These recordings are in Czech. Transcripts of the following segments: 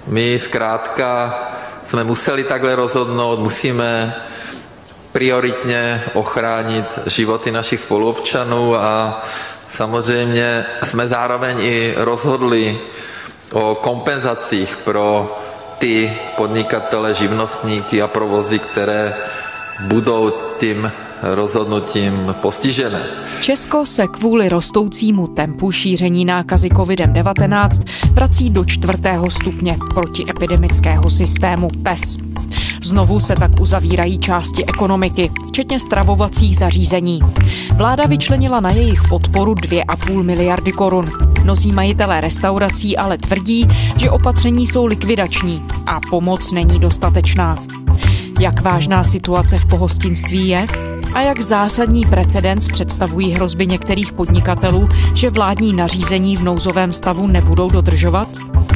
My zkrátka jsme museli takhle rozhodnout, musíme prioritně ochránit životy našich spoluobčanů a samozřejmě jsme zároveň i rozhodli o kompenzacích pro ty podnikatele, živnostníky a provozy, které budou tím rozhodnutím postižené. Česko se kvůli rostoucímu tempu šíření nákazy COVID-19 vrací do 4. stupně protiepidemického systému PES. Znovu se tak uzavírají části ekonomiky, včetně stravovacích zařízení. Vláda vyčlenila na jejich podporu 2,5 miliardy korun. Mnozí majitelé restaurací ale tvrdí, že opatření jsou likvidační a pomoc není dostatečná. Jak vážná situace v pohostinství je? A jak zásadní precedens představují hrozby některých podnikatelů, že vládní nařízení v nouzovém stavu nebudou dodržovat?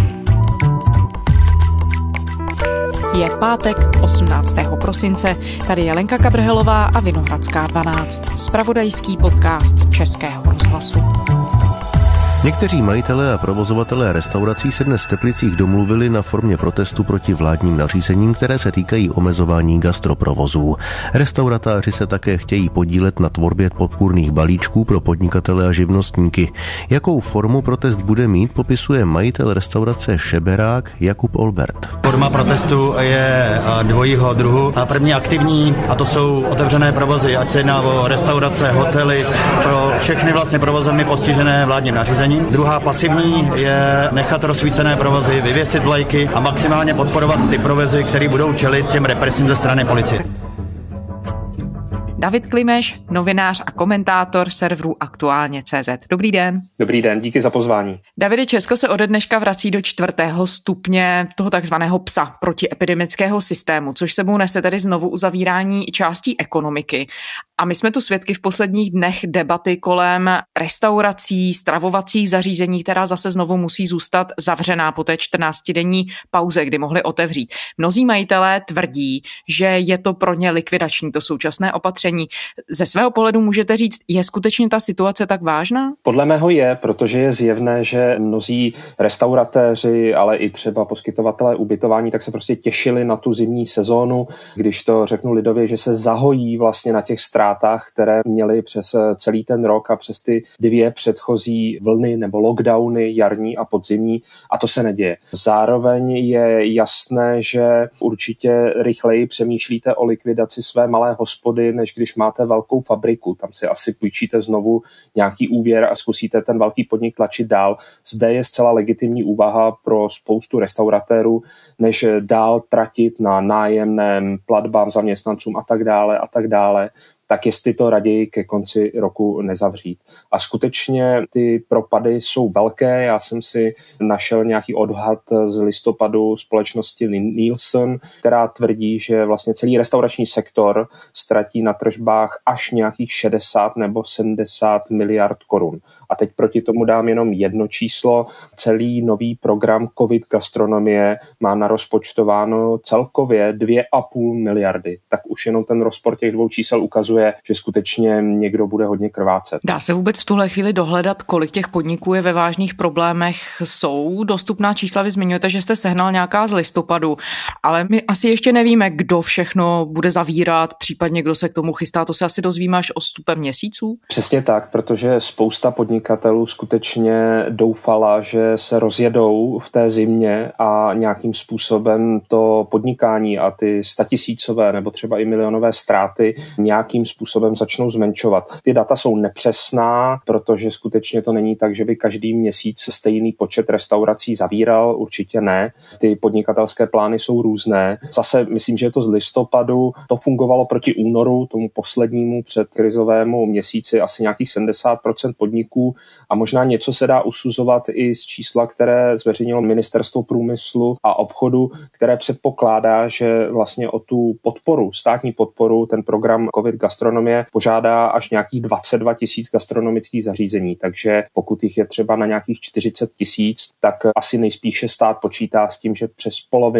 Je pátek 18. prosince, tady je Lenka Kabrhelová a Vinohradská 12, zpravodajský podcast Českého rozhlasu. Někteří majitelé a provozovatelé restaurací se dnes v Teplicích domluvili na formě protestu proti vládním nařízením, které se týkají omezování gastroprovozů. Restauratáři se také chtějí podílet na tvorbě podpůrných balíčků pro podnikatele a živnostníky. Jakou formu protest bude mít, popisuje majitel restaurace Šeberák Jakub Olbert. Forma protestu je dvojího druhu. První aktivní, a to jsou otevřené provozy, ať se jedná o restaurace, hotely, pro všechny vlastně provozovny postižené vládním nařízením. Druhá pasivní je nechat rozsvícené provozy, vyvěsit vlajky a maximálně podporovat ty provozy, které budou čelit těm represím ze strany policie. David Klimeš, novinář a komentátor serveru Aktuálně.cz. Dobrý den. Dobrý den, díky za pozvání. Davide, Česko se ode dneška vrací do 4. stupně toho takzvaného PSA, protiepidemického systému, což sebou nese tedy znovu uzavírání částí ekonomiky. A my jsme tu svědky v posledních dnech debaty kolem restaurací, stravovacích zařízení, která zase znovu musí zůstat zavřená po té 14denní pauze, kdy mohli otevřít. Mnozí majitelé tvrdí, že je to pro ně likvidační, to současné opatření. Ze svého pohledu můžete říct, je skutečně ta situace tak vážná? Podle mého je, protože je zjevné, že mnozí restauratéři, ale i třeba poskytovatelé ubytování, tak se prostě těšili na tu zimní sezónu, když to řeknu lidově, že se zahojí vlastně na těch ztrátách, které měli přes celý ten rok a přes ty 2 předchozí vlny nebo lockdowny jarní a podzimní, a to se neděje. Zároveň je jasné, že určitě rychleji přemýšlíte o likvidaci své malé hospody, než když máte velkou fabriku. Tam si asi půjčíte znovu nějaký úvěr a zkusíte ten velký podnik tlačit dál. Zde je zcela legitimní úvaha pro spoustu restauratérů, než dál tratit na nájemném, platbám zaměstnancům a tak dále, tak jestli to raději ke konci roku nezavřít. A skutečně ty propady jsou velké. Já jsem si našel nějaký odhad z listopadu společnosti Nielsen, která tvrdí, že vlastně celý restaurační sektor ztratí na tržbách až nějakých 60 nebo 70 miliard korun. A teď proti tomu dám jenom jedno číslo. Celý nový program COVID gastronomie má narozpočtováno celkově 2,5 miliardy. Tak už jenom ten rozpor těch dvou čísel ukazuje, že skutečně někdo bude hodně krvácet. Dá se vůbec v tuhle chvíli dohledat, kolik těch podniků je ve vážných problémech? Jsou dostupná čísla? Vy zmiňujete, že jste sehnal nějaká z listopadu, ale my asi ještě nevíme, kdo všechno bude zavírat, případně kdo se k tomu chystá. To se asi dozvíme až odstupem měsíců? Přesně tak, protože spousta podnikatelů skutečně doufala, že se rozjedou v té zimě a nějakým způsobem to podnikání a ty statisícové nebo třeba i milionové ztráty nějakým způsobem začnou zmenšovat. Ty data jsou nepřesná, protože skutečně to není tak, že by každý měsíc stejný počet restaurací zavíral, určitě ne. Ty podnikatelské plány jsou různé. Zase myslím, že je to z listopadu, to fungovalo proti únoru, tomu poslednímu předkrizovému měsíci, asi nějakých 70% podniků a možná něco se dá usuzovat i z čísla, které zveřejnilo Ministerstvo průmyslu a obchodu, které předpokládá, že vlastně o tu podporu, státní podporu, ten program COVID gastronomie požádá až nějakých 22 000 gastronomických zařízení. Takže pokud jich je třeba na nějakých 40 000, tak asi nejspíše stát počítá s tím, že přes polovinu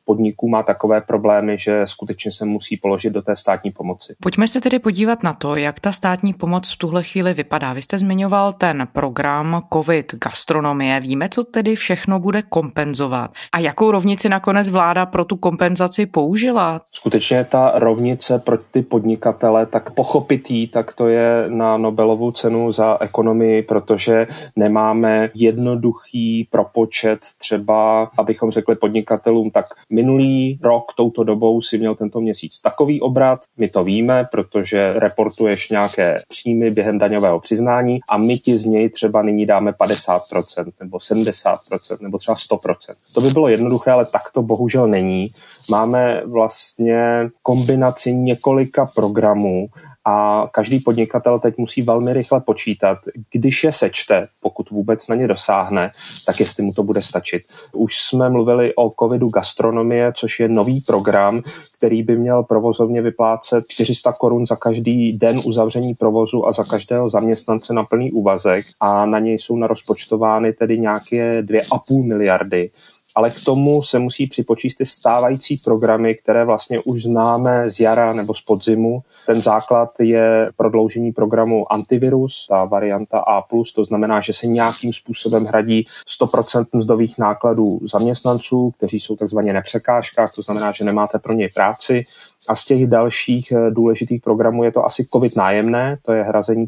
podniků má takové problémy, že skutečně se musí položit do té státní pomoci. Pojďme se tedy podívat na to, jak ta státní pomoc v tuhle chvíli vypadá. Vy jste zmiňoval ten program COVID gastronomie. Víme, co tedy všechno bude kompenzovat a jakou rovnici nakonec vláda pro tu kompenzaci použila? Skutečně ta rovnice pro ty podnikatele, tak pochopit jí, tak to je na Nobelovu cenu za ekonomii, protože nemáme jednoduchý propočet třeba, abychom řekli podnikatelům, tak minulý rok touto dobou si měl tento měsíc takový obrat, my to víme, protože reportuješ nějaké příjmy během daňového přiznání a my ti z něj třeba nyní dáme 50% nebo 70% nebo třeba 100%. To by bylo jednoduché, ale tak to bohužel není. Máme vlastně kombinaci několika programů a každý podnikatel teď musí velmi rychle počítat, když je sečte, pokud vůbec na ně dosáhne, tak jestli mu to bude stačit. Už jsme mluvili o covidu gastronomie, což je nový program, který by měl provozovně vyplácet 400 korun za každý den uzavření provozu a za každého zaměstnance na plný úvazek a na něj jsou narozpočtovány tedy nějaké 2,5 miliardy. Ale k tomu se musí připočíst ty stávající programy, které vlastně už známe z jara nebo z podzimu. Ten základ je prodloužení programu antivirus, ta varianta A+, to znamená, že se nějakým způsobem hradí 100% mzdových nákladů zaměstnanců, kteří jsou takzvaně nepřekážkách, to znamená, že nemáte pro něj práci. A z těch dalších důležitých programů je to asi COVID nájemné, to je hrazení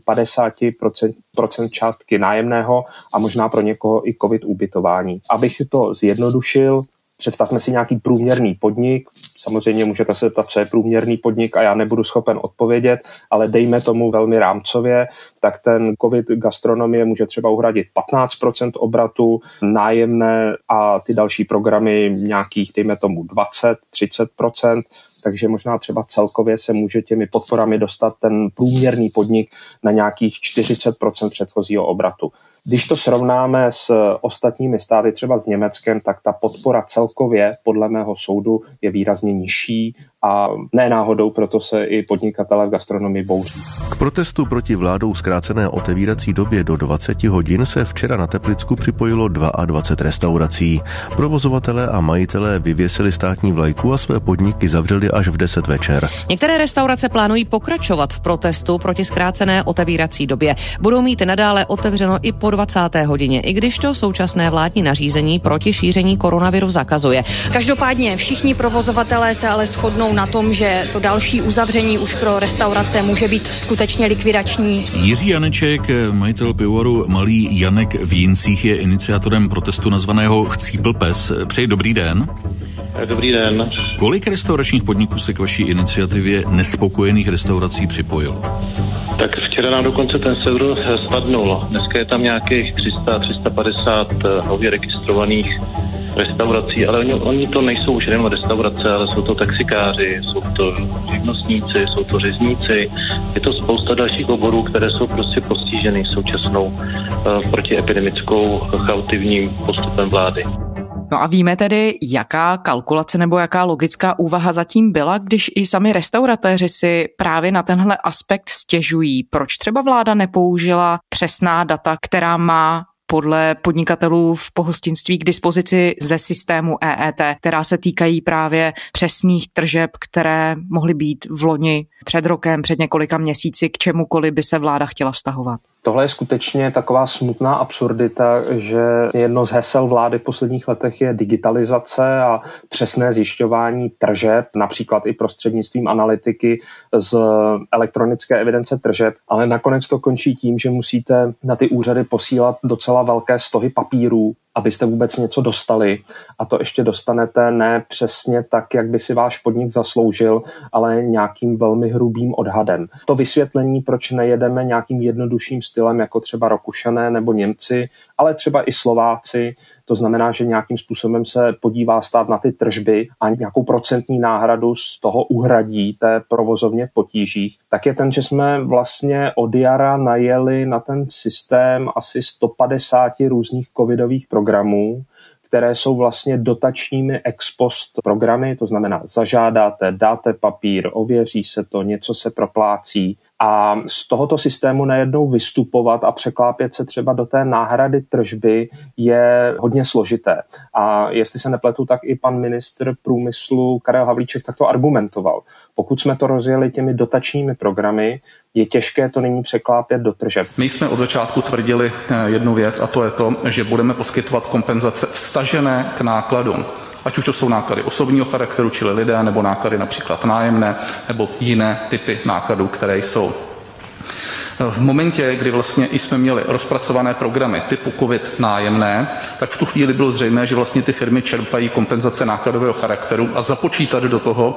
50% částky nájemného a možná pro někoho i COVID ubytování. Abych to zjednodušil, představme si nějaký průměrný podnik, samozřejmě můžete se ptat, co je průměrný podnik a já nebudu schopen odpovědět, ale dejme tomu velmi rámcově, tak ten COVID gastronomie může třeba uhradit 15% obratu, nájemné a ty další programy nějakých, dejme tomu 20-30%, takže možná třeba celkově se může těmi podporami dostat ten průměrný podnik na nějakých 40% předchozího obratu. Když to srovnáme s ostatními státy, třeba s Německem, tak ta podpora celkově podle mého soudu je výrazně nižší a ne náhodou, proto se i podnikatelé v gastronomii bouří. K protestu proti vládou zkrácené otevírací době do 20 hodin se včera na Teplicku připojilo 22 restaurací. Provozovatelé a majitelé vyvěsili státní vlajku a své podniky zavřeli až v 10 večer. Některé restaurace plánují pokračovat v protestu proti zkrácené otevírací době. Budou mít nadále otevřeno i po 20. hodině, i když to současné vládní nařízení proti šíření koronaviru zakazuje. Každopádně všichni provozovatelé se ale shodnou na tom, že to další uzavření už pro restaurace může být skutečně likvidační. Jiří Janeček, majitel pivovaru Malý Janek v Jincích, je iniciátorem protestu nazvaného Chcípl pes. Přeji dobrý den. Dobrý den. Kolik restauračních podniků se k vaší iniciativě nespokojených restaurací připojilo? Tak včera nám dokonce ten server spadnul. Dneska je tam nějakých 300-350 nově registrovaných restaurací, ale oni to nejsou už jenom restaurace, ale jsou to taxikáři, jsou to živnostníci, jsou to řezníci. Je to spousta dalších oborů, které jsou prostě postiženy současnou protiepidemickou chaotivním postupem vlády. No a víme tedy, jaká kalkulace nebo jaká logická úvaha zatím byla, když i sami restauratéři si právě na tenhle aspekt stěžují. Proč třeba vláda nepoužila přesná data, která má podle podnikatelů v pohostinství k dispozici ze systému EET, která se týkají právě přesných tržeb, které mohly být v loni, před rokem, před několika měsíci, k čemukoliv by se vláda chtěla vztahovat? Tohle je skutečně taková smutná absurdita, že jedno z hesel vlády v posledních letech je digitalizace a přesné zjišťování tržeb, například i prostřednictvím analytiky z elektronické evidence tržeb, ale nakonec to končí tím, že musíte na ty úřady posílat docela velké stohy papírů, abyste vůbec něco dostali, a to ještě dostanete ne přesně tak, jak by si váš podnik zasloužil, ale nějakým velmi hrubým odhadem. To vysvětlení, proč nejedeme nějakým jednodušším stylem, jako třeba Rakušané nebo Němci, ale třeba i Slováci, to znamená, že nějakým způsobem se podívá stát na ty tržby a nějakou procentní náhradu z toho uhradí té provozovně v potížích, tak je ten, že jsme vlastně od jara najeli na ten systém asi 150 různých covidových programů, které jsou vlastně dotačními ex post programy, to znamená zažádáte, dáte papír, ověří se to, něco se proplácí a z tohoto systému najednou vystupovat a překlápět se třeba do té náhrady tržby je hodně složité. A jestli se nepletu, tak i pan ministr průmyslu Karel Havlíček takto argumentoval. Pokud jsme to rozjeli těmi dotačními programy, je těžké to nyní překlápět do tržeb. My jsme od začátku tvrdili jednu věc a to je to, že budeme poskytovat kompenzace vztažené k nákladům. Ať už to jsou náklady osobního charakteru, čili lidé, nebo náklady například nájemné, nebo jiné typy nákladů, které jsou. V momentě, kdy vlastně jsme měli rozpracované programy typu COVID nájemné, tak v tu chvíli bylo zřejmé, že vlastně ty firmy čerpají kompenzace nákladového charakteru a započítat do toho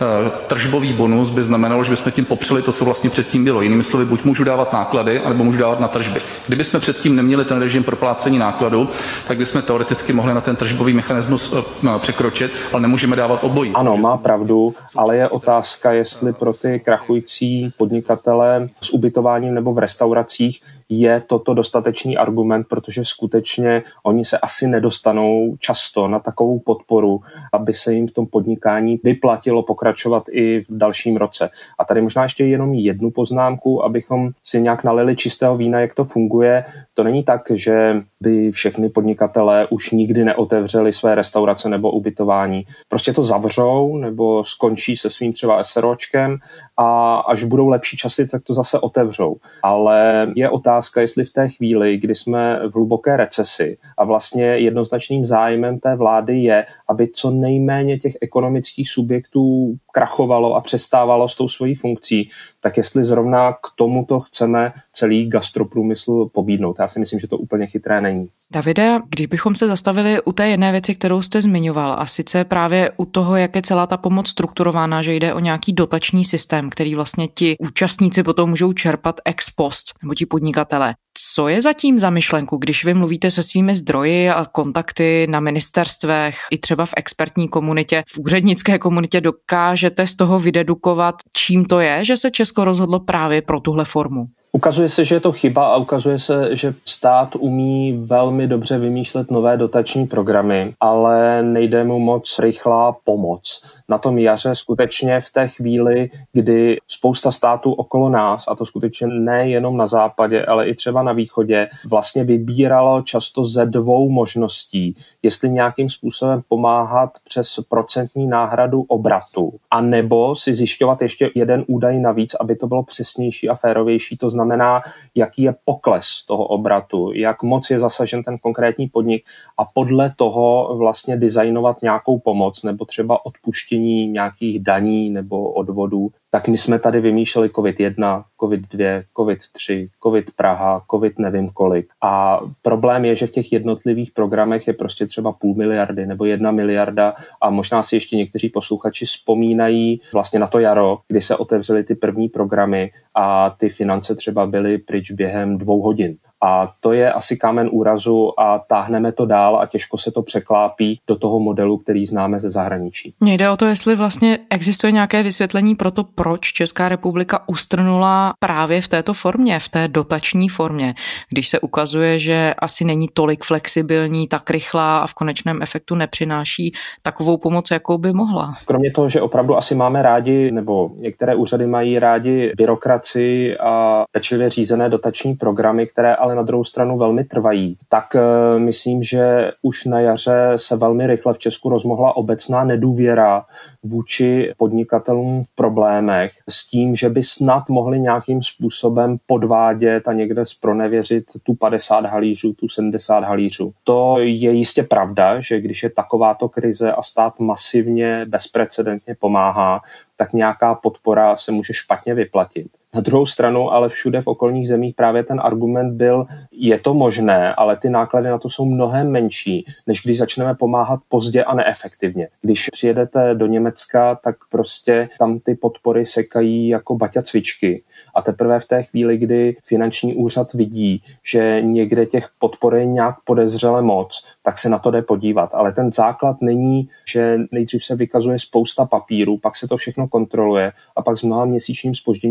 tržbový bonus by znamenalo, že bychom tím popřeli to, co vlastně předtím bylo. Jinými slovy, buď můžu dávat náklady, anebo můžu dávat na tržby. Kdybychom předtím neměli ten režim proplácení nákladů, tak bychom teoreticky mohli na ten tržbový mechanismus překročit, ale nemůžeme dávat obojí. Ano, má pravdu, ale je otázka, jestli pro ty krachující podnikatele s ubytováním nebo v restauracích je toto dostatečný argument, protože skutečně oni se asi nedostanou často na takovou podporu, aby se jim v tom podnikání vyplatilo pokračovat i v dalším roce. A tady možná ještě jenom jednu poznámku, abychom si nějak nalili čistého vína, jak to funguje. To není tak, že by všechny podnikatelé už nikdy neotevřeli své restaurace nebo ubytování. Prostě to zavřou nebo skončí se svým třeba SROčkem a až budou lepší časy, tak to zase otevřou. Ale je otázka, jestli v té chvíli, kdy jsme v hluboké recesi a vlastně jednoznačným zájmem té vlády je, aby co nejméně těch ekonomických subjektů krachovalo a přestávalo s tou svojí funkcí, tak jestli zrovna k tomuto chceme celý gastroprůmysl pobídnout. Já si myslím, že to úplně chytré není. Davide, když bychom se zastavili u té jedné věci, kterou jste zmiňoval, a sice právě u toho, jak je celá ta pomoc strukturována, že jde o nějaký dotační systém, který vlastně ti účastníci potom můžou čerpat ex post, nebo ti podnikatelé. Co je zatím za myšlenku, když vy mluvíte se svými zdroji a kontakty na ministerstvech, i třeba v expertní komunitě, v úřednické komunitě, dokážete z toho vydedukovat, čím to je, že se Česko rozhodlo právě pro tuhle formu? Ukazuje se, že je to chyba a ukazuje se, že stát umí velmi dobře vymýšlet nové dotační programy, ale nejde mu moc rychlá pomoc. Na tom jaře skutečně v té chvíli, kdy spousta států okolo nás, a to skutečně nejenom na západě, ale i třeba na východě, vlastně vybíralo často ze dvou možností. Jestli nějakým způsobem pomáhat přes procentní náhradu obratu, anebo si zjišťovat ještě jeden údaj navíc, aby to bylo přesnější a férovější, to znamená, jaký je pokles toho obratu, jak moc je zasažen ten konkrétní podnik a podle toho vlastně designovat nějakou pomoc nebo třeba odpuštění nějakých daní nebo odvodů. Tak my jsme tady vymýšleli COVID-1, COVID-2, COVID-3, COVID Praha, COVID nevím kolik. A problém je, že v těch jednotlivých programech je prostě třeba 0,5 miliardy nebo 1 miliarda a možná si ještě někteří posluchači vzpomínají vlastně na to jaro, kdy se otevřely ty první programy a ty finance třeba byly pryč během 2 hodin. A to je asi kámen úrazu a táhneme to dál a těžko se to překlápí do toho modelu, který známe ze zahraničí. Mně jde o to, jestli vlastně existuje nějaké vysvětlení pro to, proč Česká republika ustrnula právě v této formě, v té dotační formě, když se ukazuje, že asi není tolik flexibilní, tak rychlá a v konečném efektu nepřináší takovou pomoc, jakou by mohla. Kromě toho, že opravdu asi máme rádi, nebo některé úřady mají rádi byrokracii a pečlivě řízené dotační programy, které ale na druhou stranu velmi trvají, tak myslím, že už na jaře se velmi rychle v Česku rozmohla obecná nedůvěra vůči podnikatelům v problémech s tím, že by snad mohli nějakým způsobem podvádět a někde zpronevěřit tu 50 halířů, tu 70 halířů. To je jistě pravda, že když je takováto krize a stát masivně, bezprecedentně pomáhá, tak nějaká podpora se může špatně vyplatit. Na druhou stranu, ale všude v okolních zemích právě ten argument byl, je to možné, ale ty náklady na to jsou mnohem menší, než když začneme pomáhat pozdě a neefektivně. Když přijedete do Německa, tak prostě tam ty podpory sekají jako baťa cvičky. A teprve v té chvíli, kdy finanční úřad vidí, že někde těch podpor je nějak podezřele moc, tak se na to jde podívat. Ale ten základ není, že nejdřív se vykazuje spousta papírů, pak se to všechno kontroluje a pak s mnoha měsíčním zpožděním se to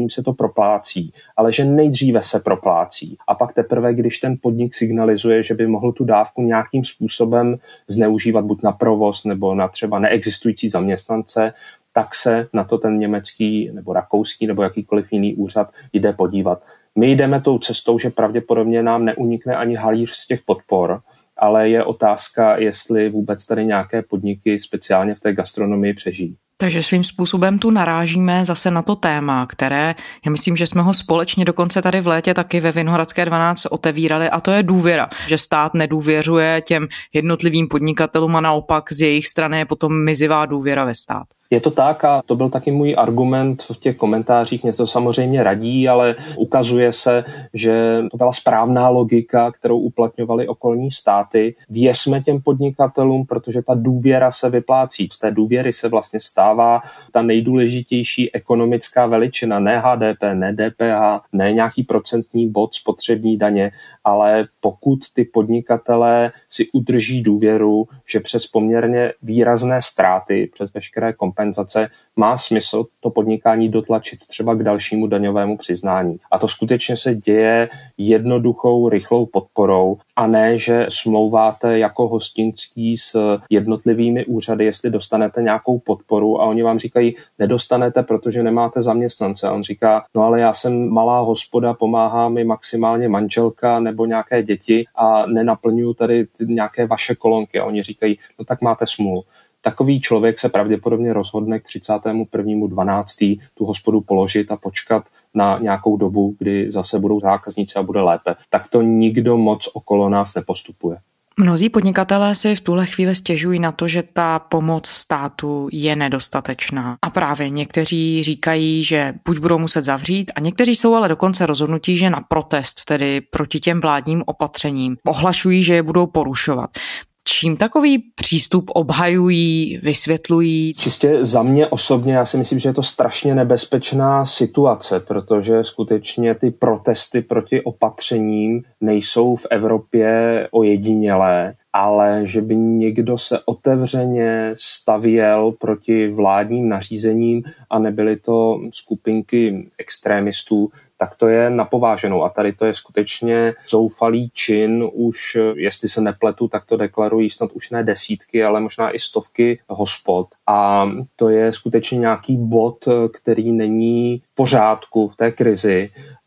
proplácí, ale že nejdříve se proplácí a pak teprve, když ten podnik signalizuje, že by mohl tu dávku nějakým způsobem zneužívat buď na provoz nebo na třeba neexistující zaměstnance, tak se na to ten německý nebo rakouský nebo jakýkoliv jiný úřad jde podívat. My jdeme tou cestou, že pravděpodobně nám neunikne ani halíř z těch podpor, ale je otázka, jestli vůbec tady nějaké podniky speciálně v té gastronomii přežijí. Takže svým způsobem tu narážíme zase na to téma, které, já myslím, že jsme ho společně dokonce tady v létě taky ve Vinohradské 12 otevírali, a to je důvěra, že stát nedůvěřuje těm jednotlivým podnikatelům a naopak z jejich strany je potom mizivá důvěra ve stát. Je to tak a to byl taky můj argument v těch komentářích. Mě to samozřejmě radí, ale ukazuje se, že to byla správná logika, kterou uplatňovaly okolní státy. Věřme těm podnikatelům, protože ta důvěra se vyplácí. Z té důvěry se vlastně stává ta nejdůležitější ekonomická veličina. Ne HDP, ne DPH, ne nějaký procentní bod spotřební daně, ale pokud ty podnikatelé si udrží důvěru, že přes poměrně výrazné ztráty, přes veškeré kompenzace má smysl to podnikání dotlačit třeba k dalšímu daňovému přiznání. A to skutečně se děje jednoduchou, rychlou podporou a ne, že smlouváte jako hostinský s jednotlivými úřady, jestli dostanete nějakou podporu a oni vám říkají, nedostanete, protože nemáte zaměstnance. A on říká, no ale já jsem malá hospoda, pomáhá mi maximálně manželka nebo nějaké děti a nenaplňuju tady nějaké vaše kolonky. A oni říkají, no tak máte smůlu. Takový člověk se pravděpodobně rozhodne k 31.12. tu hospodu položit a počkat na nějakou dobu, kdy zase budou zákazníci a bude lépe. Tak to nikdo moc okolo nás nepostupuje. Mnozí podnikatelé si v tuhle chvíli stěžují na to, že ta pomoc státu je nedostatečná. A právě někteří říkají, že buď budou muset zavřít, a někteří jsou ale dokonce rozhodnutí, že na protest, tedy proti těm vládním opatřením, ohlašují, že je budou porušovat. Čím takový přístup obhajují, vysvětlují? Čistě za mě osobně, já si myslím, že je to strašně nebezpečná situace, protože skutečně ty protesty proti opatřením nejsou v Evropě ojedinělé, ale že by někdo se otevřeně stavěl proti vládním nařízením a nebyly to skupinky extrémistů, tak to je napováženou. A tady to je skutečně zoufalý čin, už jestli se nepletu, tak to deklarují snad už ne desítky, ale možná i stovky hospod. A to je skutečně nějaký bod, který není v pořádku v té krizi.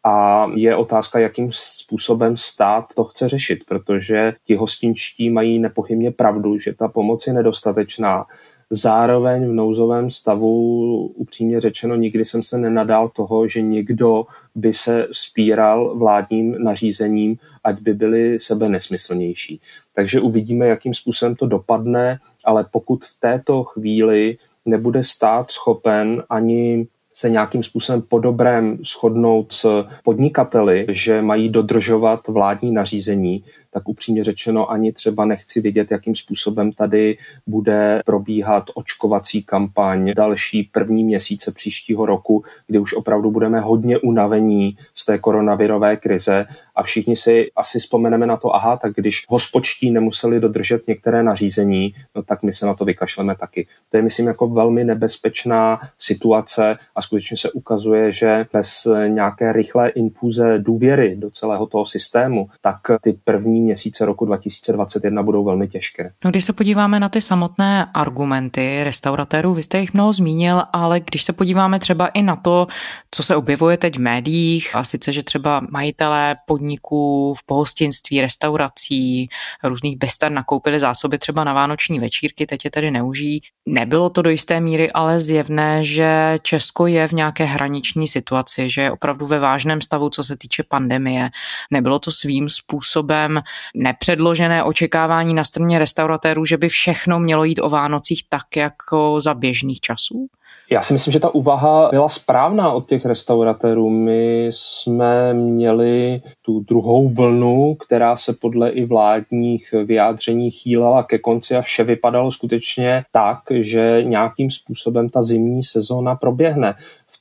A je otázka, jakým způsobem stát to chce řešit, protože ti hostinští mají nepochybně pravdu, že ta pomoc je nedostatečná. Zároveň v nouzovém stavu, upřímně řečeno, nikdy jsem se nenadal toho, že někdo by se vzpíral vládním nařízením, ať by byly sebe nesmyslnější. Takže uvidíme, jakým způsobem to dopadne, ale pokud v této chvíli nebude stát schopen ani se nějakým způsobem po dobrém shodnout s podnikateli, že mají dodržovat vládní nařízení, tak upřímně řečeno ani třeba nechci vidět, jakým způsobem tady bude probíhat očkovací kampaň další první měsíce příštího roku, kdy už opravdu budeme hodně unavení z té koronavirové krize a všichni si asi vzpomeneme na to, aha, tak když hospodští nemuseli dodržet některé nařízení, no tak my se na to vykašleme taky. To je, myslím, jako velmi nebezpečná situace a skutečně se ukazuje, že bez nějaké rychlé infuze důvěry do celého toho systému, tak ty první měsíce roku 2021 budou velmi těžké. No, když se podíváme na ty samotné argumenty restauratérů, vy jste jich mnoho zmínil, ale když se podíváme třeba i na to, co se objevuje teď v médiích, a sice, že třeba majitelé podniků v pohostinství, restaurací, různých bester nakoupili zásoby třeba na vánoční večírky, teď je tedy neužijí. Nebylo to do jisté míry ale zjevné, že Česko je v nějaké hraniční situaci, že je opravdu ve vážném stavu, co se týče pandemie. Nebylo to svým způsobem nepředložené očekávání na straně restauratérů, že by všechno mělo jít o Vánocích tak, jako za běžných časů? Já si myslím, že ta úvaha byla správná od těch restauratérů. My jsme měli tu druhou vlnu, která se podle i vládních vyjádření chýlela ke konci a vše vypadalo skutečně tak, že nějakým způsobem ta zimní sezóna proběhne. V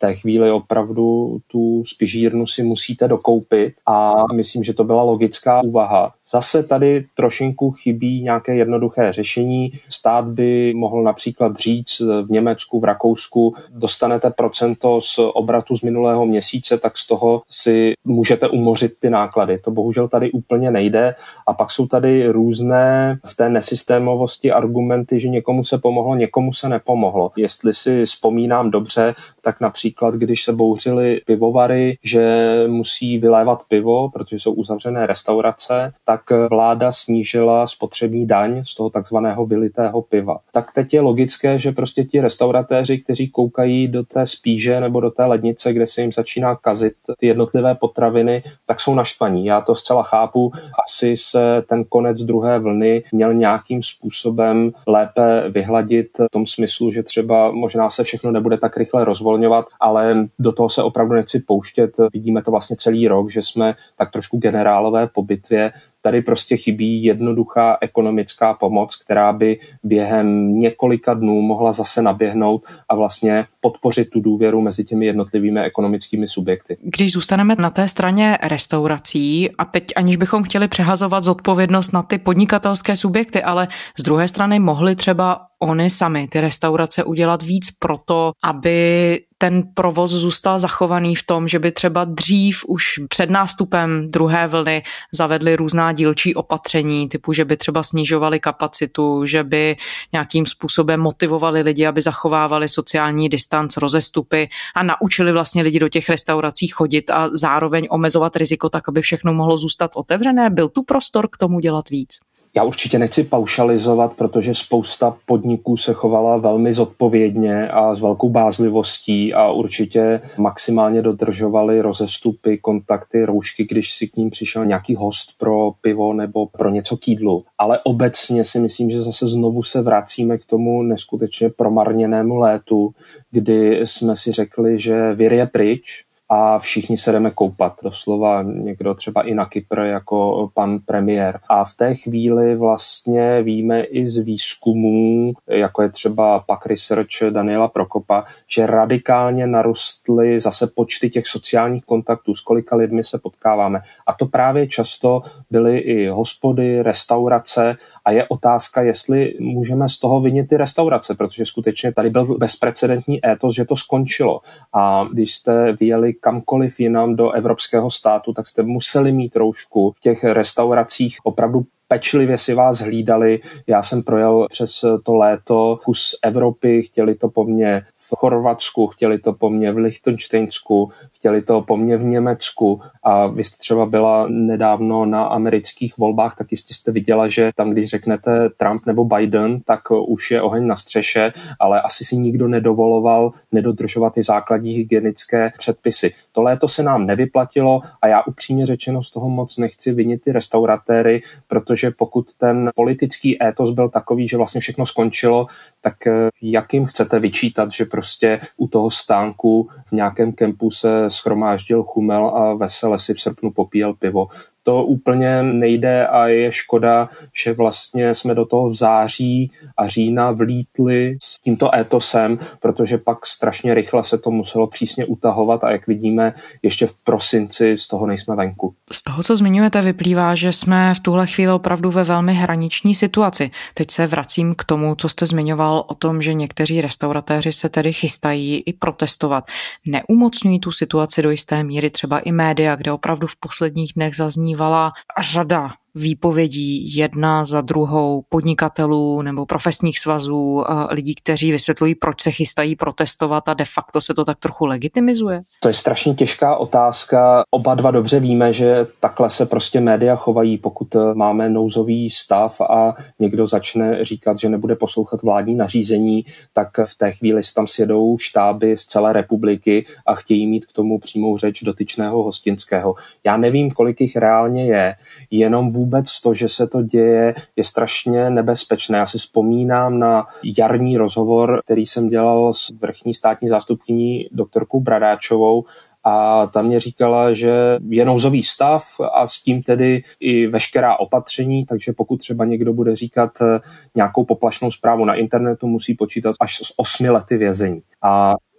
té chvíli opravdu tu spižírnu si musíte dokoupit a myslím, že to byla logická úvaha. Zase tady trošinku chybí nějaké jednoduché řešení. Stát by mohl například říct v Německu, v Rakousku, dostanete procento z obratu z minulého měsíce, tak z toho si můžete umořit ty náklady. To bohužel tady úplně nejde. A pak jsou tady různé v té nesystémovosti argumenty, že někomu se pomohlo, někomu se nepomohlo. Jestli si vzpomínám dobře, tak například, když se bouřily pivovary, že musí vylévat pivo, protože jsou uzavřené restaurace, tak vláda snížila spotřební daň z toho takzvaného vylitého piva. Tak teď je logické, že prostě ti restauratéři, kteří koukají do té spíže nebo do té lednice, kde se jim začíná kazit ty jednotlivé potraviny, tak jsou naštvaní. Já to zcela chápu. Asi se ten konec druhé vlny měl nějakým způsobem lépe vyhladit v tom smyslu, že třeba možná se všechno nebude tak rychle rozvolňovat, ale do toho se opravdu nechci pouštět. Vidíme to vlastně celý rok, že jsme tak trošku generálové po bitvě. Tady prostě chybí jednoduchá ekonomická pomoc, která by během několika dnů mohla zase naběhnout a vlastně podpořit tu důvěru mezi těmi jednotlivými ekonomickými subjekty. Když zůstaneme na té straně restaurací a teď aniž bychom chtěli přehazovat zodpovědnost na ty podnikatelské subjekty, ale z druhé strany mohli třeba oni sami, ty restaurace, udělat víc pro to, aby ten provoz zůstal zachovaný v tom, že by třeba dřív už před nástupem druhé vlny zavedli různá dílčí opatření, typu, že by třeba snižovali kapacitu, že by nějakým způsobem motivovali lidi, aby zachovávali sociální distanc, rozestupy a naučili vlastně lidi do těch restaurací chodit a zároveň omezovat riziko tak, aby všechno mohlo zůstat otevřené. Byl tu prostor k tomu dělat víc? Já určitě nechci paušalizovat, protože spousta podniků se chovala velmi zodpovědně a s velkou bázlivostí a určitě maximálně dodržovali rozestupy, kontakty, roušky, když si k ním přišel nějaký host pro pivo nebo pro něco k jídlu. Ale obecně si myslím, že zase znovu se vracíme k tomu neskutečně promarněnému létu, kdy jsme si řekli, že vir je pryč a všichni se jdeme koupat. Doslova někdo třeba i na Kypr jako pan premiér. A v té chvíli vlastně víme i z výzkumů, jako je třeba PAC Research Daniela Prokopa, že radikálně narostly zase počty těch sociálních kontaktů, s kolika lidmi se potkáváme. A to právě často byly i hospody, restaurace a je otázka, jestli můžeme z toho vinit ty restaurace, protože skutečně tady byl bezprecedentní étos, že to skončilo. A když jste vyjeli kamkoliv jinam do evropského státu, tak jste museli mít roušku. V těch restauracích opravdu pečlivě si vás hlídali. Já jsem projel přes to léto kus Evropy, chtěli to po mně v Chorvatsku, chtěli to po mně v Lichtenštejnsku, chtěli to po mně v Německu a vy jste třeba byla nedávno na amerických volbách, tak jistě jste viděla, že tam, když řeknete Trump nebo Biden, tak už je oheň na střeše, ale asi si nikdo nedovoloval nedodržovat ty základní hygienické předpisy. To léto se nám nevyplatilo a já upřímně řečeno z toho moc nechci vinit ty restauratéry, protože pokud ten politický étos byl takový, že vlastně všechno skončilo, tak jak jim chcete vyčítat, že prostě u toho stánku v nějakém kempu se shromáždil chumel a vesele si v srpnu popíjel pivo. To úplně nejde a je škoda, že vlastně jsme do toho v září a října vlítli s tímto étosem, protože pak strašně rychle se to muselo přísně utahovat a jak vidíme, ještě v prosinci z toho nejsme venku. Z toho, co zmiňujete, vyplývá, že jsme v tuhle chvíli opravdu ve velmi hraniční situaci. Teď se vracím k tomu, co jste zmiňoval o tom, že někteří restauratéři se tedy chystají i protestovat. Neumocňují tu situaci do jisté míry třeba i média, kde opravdu v posledních dnech zaznívala řada výpovědí jedna za druhou podnikatelů nebo profesních svazů, lidí, kteří vysvětlují, proč se chystají protestovat a de facto se to tak trochu legitimizuje? To je strašně těžká otázka. Oba dva dobře víme, že takhle se prostě média chovají, pokud máme nouzový stav a někdo začne říkat, že nebude poslouchat vládní nařízení, tak v té chvíli se tam sjedou štáby z celé republiky a chtějí mít k tomu přímou řeč dotyčného hostinského. Já nevím, kolik jich reálně je, jenom vůbec to, že se to děje, je strašně nebezpečné. Já si vzpomínám na jarní rozhovor, který jsem dělal s vrchní státní zástupkyní doktorkou Bradáčovou a ta mě říkala, že je nouzový stav a s tím tedy i veškerá opatření, takže pokud třeba někdo bude říkat nějakou poplašnou zprávu na internetu, musí počítat až s 8 lety vězení. A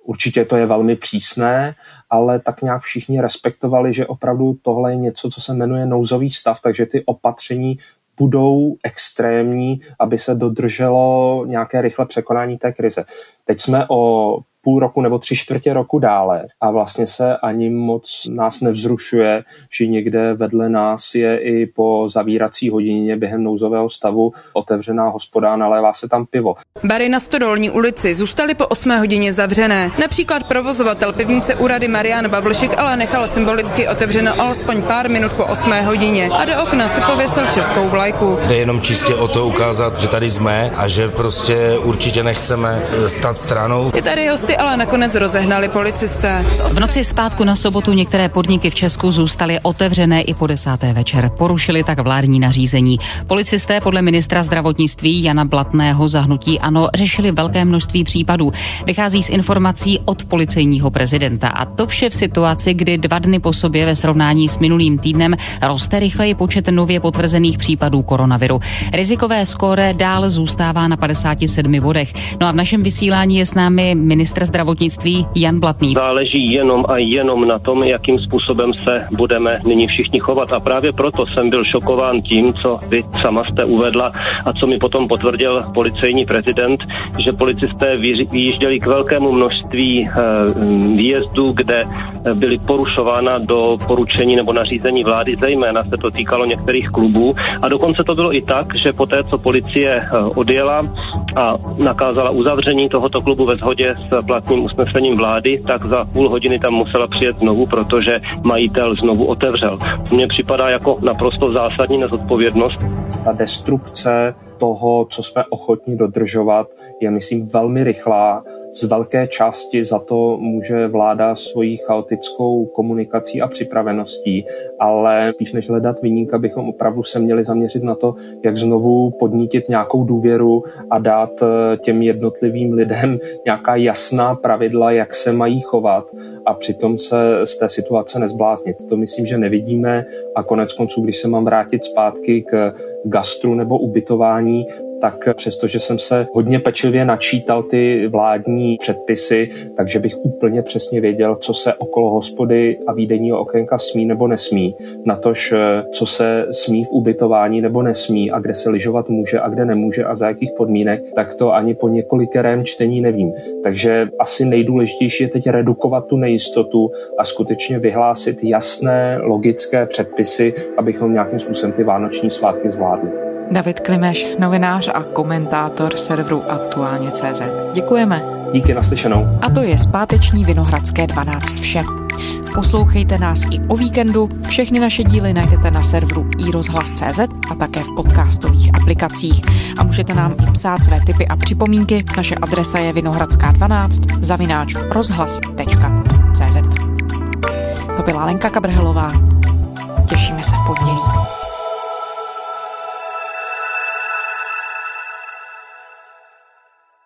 Určitě to je velmi přísné, ale tak nějak všichni respektovali, že opravdu tohle je něco, co se jmenuje nouzový stav, takže ty opatření budou extrémní, aby se dodrželo nějaké rychlé překonání té krize. Teď jsme o půl roku nebo 3/4 roku dále a vlastně se ani moc nás nevzrušuje, že někde vedle nás je i po zavírací hodině během nouzového stavu otevřená hospoda, nalévá se tam pivo. Bary na Stodolní ulici zůstaly po 8 hodině zavřené. Například provozovatel pivnice u Rady Marian Bavlšik ale nechal symbolicky otevřeno alespoň pár minut po 8 hodině a do okna si pověsil českou vlajku. Jde jenom čistě o to ukázat, že tady jsme a že prostě určitě nechceme stát stranou. Je tady hosty ale nakonec rozehnali policisté. V noci z pátku na sobotu některé podniky v Česku zůstaly otevřené i po 10. večer. Porušili tak vládní nařízení. Policisté podle ministra zdravotnictví Jana Blatného za hnutí ANO řešili velké množství případů. Vychází z informací od policejního prezidenta. A to vše v situaci, kdy 2 dny po sobě ve srovnání s minulým týdnem roste rychleji počet nově potvrzených případů koronaviru. Rizikové skóre dál zůstává na 57 bodech. No a v našem vysílání je s námi ministr zdravotnictví Jan Blatný. Záleží jenom a jenom na tom, jakým způsobem se budeme nyní všichni chovat. A právě proto jsem byl šokován tím, co vy sama jste uvedla a co mi potom potvrdil policejní prezident, že policisté vyjížděli k velkému množství výjezdů, kde byly porušována doporučení nebo nařízení vlády, zejména se to týkalo některých klubů. A dokonce to bylo i tak, že poté, co policie odjela a nakázala uzavření tohoto klubu ve shodě s platným usnesením vlády, tak za půl hodiny tam musela přijet znovu, protože majitel znovu otevřel. To mně připadá jako naprosto zásadní nezodpovědnost. Ta destrukce toho, co jsme ochotní dodržovat, je, myslím, velmi rychlá. Z velké části za to může vláda svojí chaotickou komunikací a připraveností, ale spíš než hledat viníka, bychom opravdu se měli zaměřit na to, jak znovu podnítit nějakou důvěru a dát těm jednotlivým lidem nějaká jasná pravidla, jak se mají chovat a přitom se z té situace nezbláznit. To myslím, že nevidíme a konec konců, když se mám vrátit zpátky k gastru nebo ubytování, tak přestože jsem se hodně pečlivě načítal ty vládní předpisy, takže bych úplně přesně věděl, co se okolo hospody a výdejního okénka smí nebo nesmí. Natož, co se smí v ubytování nebo nesmí a kde se lyžovat může a kde nemůže a za jakých podmínek, tak to ani po několikerém čtení nevím. Takže asi nejdůležitější je teď redukovat tu nejistotu a skutečně vyhlásit jasné, logické předpisy, abychom nějakým způsobem ty vánoční svátky zvládli. David Klimeš, novinář a komentátor serveru Aktuálně.cz. Děkujeme. Díky, naslyšenou. A to je zpáteční Vinohradské 12 vše. Poslouchejte nás i o víkendu. Všechny naše díly najdete na serveru iRozhlas.cz a také v podcastových aplikacích. A můžete nám i psát své tipy a připomínky. Naše adresa je vinohradská12@rozhlas.cz. To byla Lenka Kabrhelová. Těšíme se v pondělí.